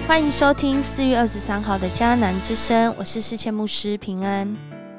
欢迎收听4月23号的迦南之声，我是世谦牧师平安。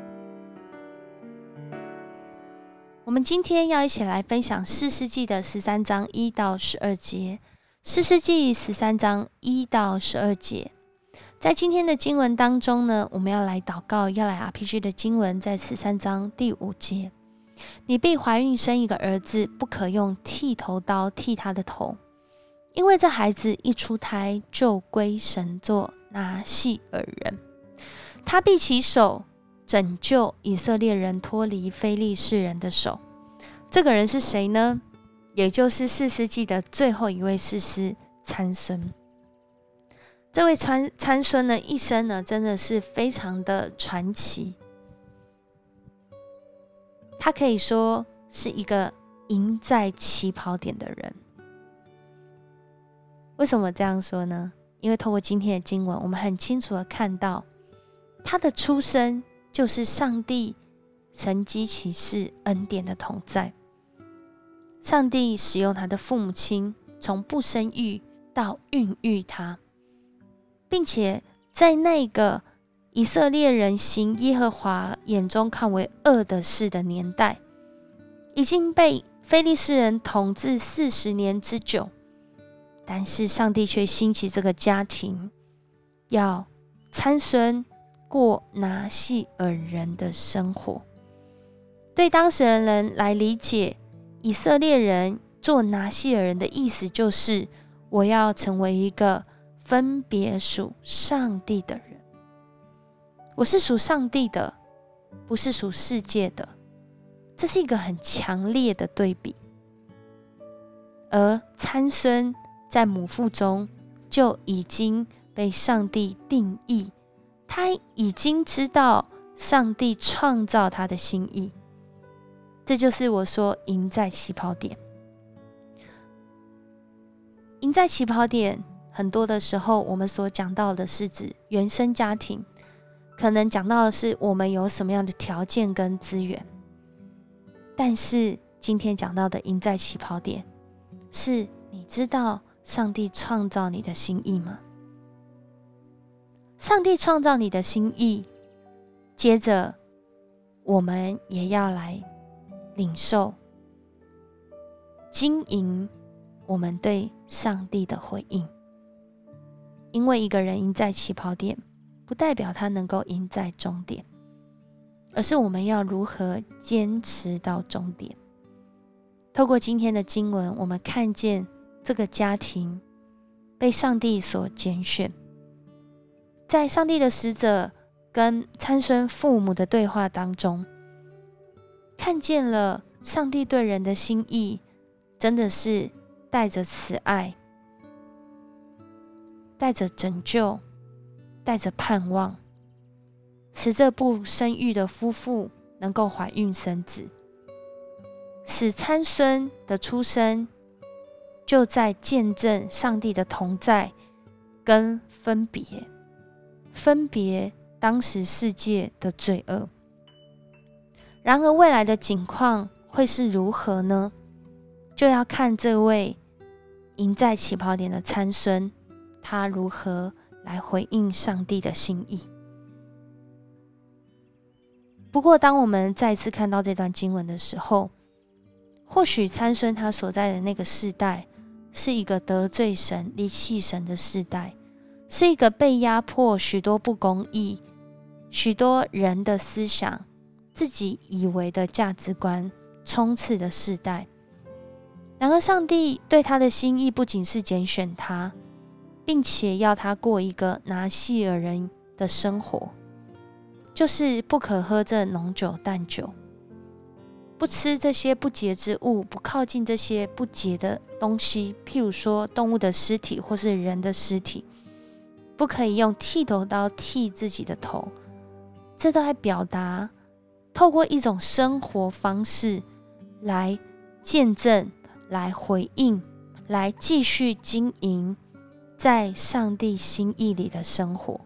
我们今天要一起来分享士师记的13章1到12节。士师记13章1到12节，在今天的经文当中呢，我们要来祷告，要来 RPG 的经文在13章第5节。你必怀孕生一个儿子，不可用剃头刀剃他的头，因为这孩子一出胎就归神做拿细耳人，他必起手拯救以色列人脱离非利士人的手。这个人是谁呢？也就是士师记的最后一位士师参孙。这位参孙呢，一生呢真的是非常的传奇。他可以说是一个赢在起跑点的人。为什么这样说呢？因为透过今天的经文，我们很清楚的看到他的出生就是上帝神迹奇事恩典的同在。上帝使用他的父母亲从不生育到孕育他，并且在那个以色列人行耶和华眼中看为恶的事的年代，已经被非利士人统治40年之久，但是上帝却兴起这个家庭，要参孙过拿细耳人的生活。对当时的人来理解，以色列人做拿细耳人的意思就是，我要成为一个分别属上帝的人。我是属上帝的，不是属世界的。这是一个很强烈的对比。而参孙在母腹中就已经被上帝定义，他已经知道上帝创造他的心意。这就是我说赢在起跑点。赢在起跑点，很多的时候我们所讲到的是指原生家庭，可能讲到的是我们有什么样的条件跟资源。但是今天讲到的赢在起跑点，是你知道上帝创造你的心意吗？上帝创造你的心意，接着我们也要来领受经营我们对上帝的回应。因为一个人赢在起跑点，不代表他能够赢在终点，而是我们要如何坚持到终点。透过今天的经文，我们看见这个家庭被上帝所拣选，在上帝的使者跟参孙父母的对话当中，看见了上帝对人的心意，真的是带着慈爱，带着拯救，带着盼望，使这不生育的夫妇能够怀孕生子，使参孙的出生就在见证上帝的同在跟分别当时世界的罪恶。然而未来的景况会是如何呢？就要看这位赢在起跑点的参孙，他如何来回应上帝的心意。不过当我们再次看到这段经文的时候，或许参孙他所在的那个世代是一个得罪神离弃神的世代，是一个被压迫许多不公义，许多人的思想自己以为的价值观冲刺的世代。然而上帝对他的心意不仅是拣选他，并且要他过一个拿细耳人的生活，就是不可喝这浓酒淡酒，不吃这些不洁之物，不靠近这些不洁的东西，譬如说动物的尸体或是人的尸体，不可以用剃头刀剃自己的头。这都在表达透过一种生活方式来见证，来回应，来继续经营在上帝心意里的生活。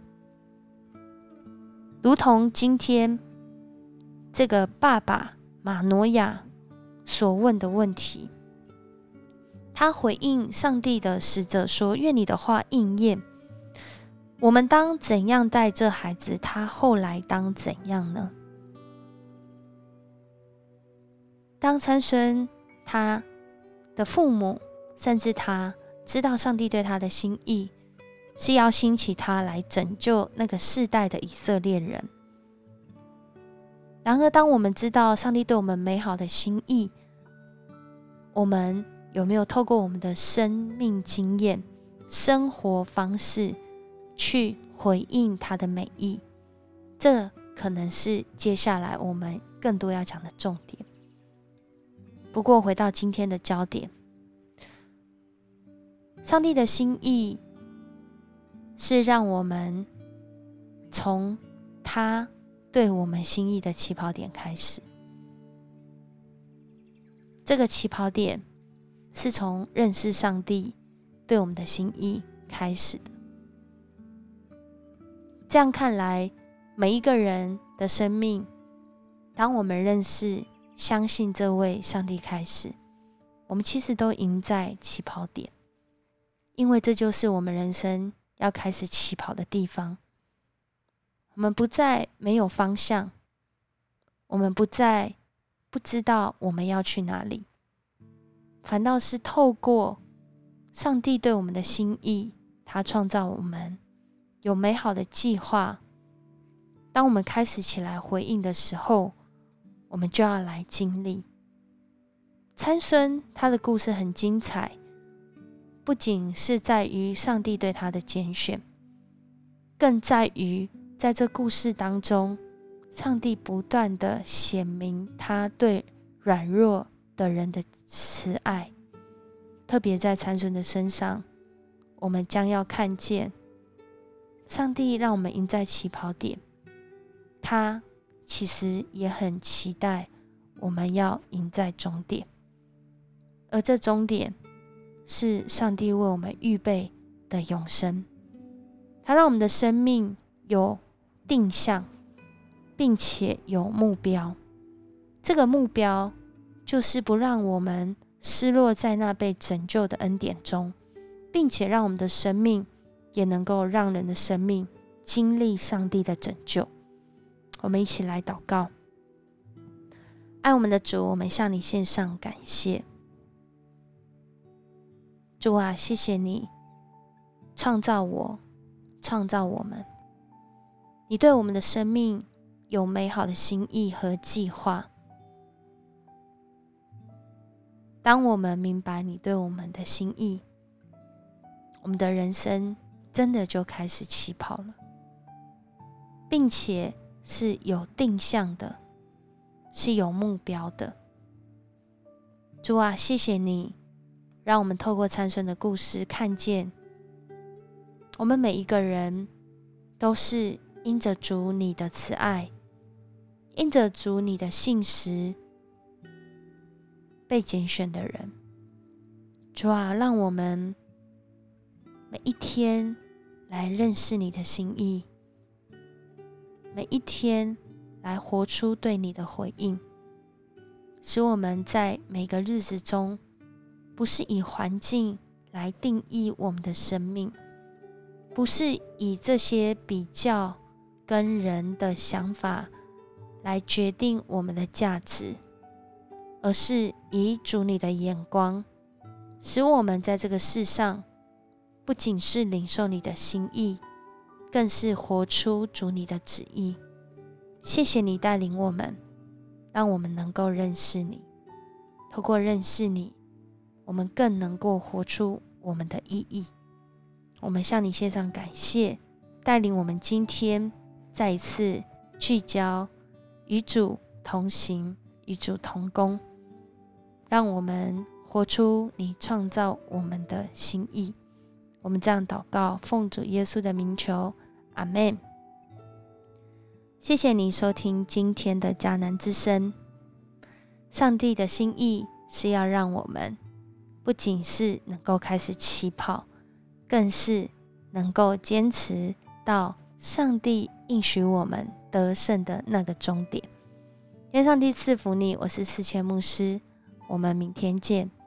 如同今天这个爸爸马诺亚所问的问题，他回应上帝的使者说，愿你的话应验。 我们当怎样带这孩子，他后来当怎样呢？当参孙他的父母，甚至他知道上帝对他的心意，是要兴起他来拯救那个世代的以色列人。然而，当我们知道上帝对我们美好的心意，我们有没有透过我们的生命经验、生活方式去回应他的美意？这可能是接下来我们更多要讲的重点。不过回到今天的焦点，上帝的心意是让我们从他对我们心意的起跑点开始。这个起跑点是从认识上帝对我们的心意开始的。这样看来，每一个人的生命，当我们认识、相信这位上帝开始，我们其实都赢在起跑点，因为这就是我们人生要开始起跑的地方。我们不再没有方向，我们不再不知道我们要去哪里，反倒是透过上帝对我们的心意，他创造我们有美好的计划。当我们开始起来回应的时候，我们就要来经历。参孙他的故事很精彩，不仅是在于上帝对他的拣选，更在于在这故事当中，上帝不断的显明他对软弱的人的慈爱。特别在参孙的身上，我们将要看见上帝让我们赢在起跑点，他其实也很期待我们要赢在终点，而这终点是上帝为我们预备的永生。他让我们的生命有定向，并且有目标。这个目标就是不让我们失落在那被拯救的恩典中，并且让我们的生命也能够让人的生命经历上帝的拯救。我们一起来祷告。爱我们的主，我们向你献上感谢。主啊，谢谢你创造我，创造我们。你对我们的生命有美好的心意和计划。当我们明白你对我们的心意，我们的人生真的就开始起跑了，并且是有定向的，是有目标的。主啊，谢谢你让我们透过参孙的故事看见，我们每一个人都是因着主你的慈爱，因着主你的信实被拣选的人。主啊，让我们每一天来认识你的心意，每一天来活出对你的回应，使我们在每个日子中不是以环境来定义我们的生命，不是以这些比较跟人的想法来决定我们的价值，而是以主你的眼光，使我们在这个世上不仅是领受你的心意，更是活出主你的旨意。谢谢你带领我们，让我们能够认识你，透过认识你，我们更能够活出我们的意义。我们向你献上感谢，带领我们今天再一次聚焦，与主同行，与主同工，让我们活出你创造我们的心意。我们这样祷告，奉主耶稣的名求，阿们。谢谢你收听今天的迦南之声。上帝的心意是要让我们不仅是能够开始起跑，更是能够坚持到上帝应许我们得胜的那个终点。愿上帝赐福你，我是世谦牧师，我们明天见。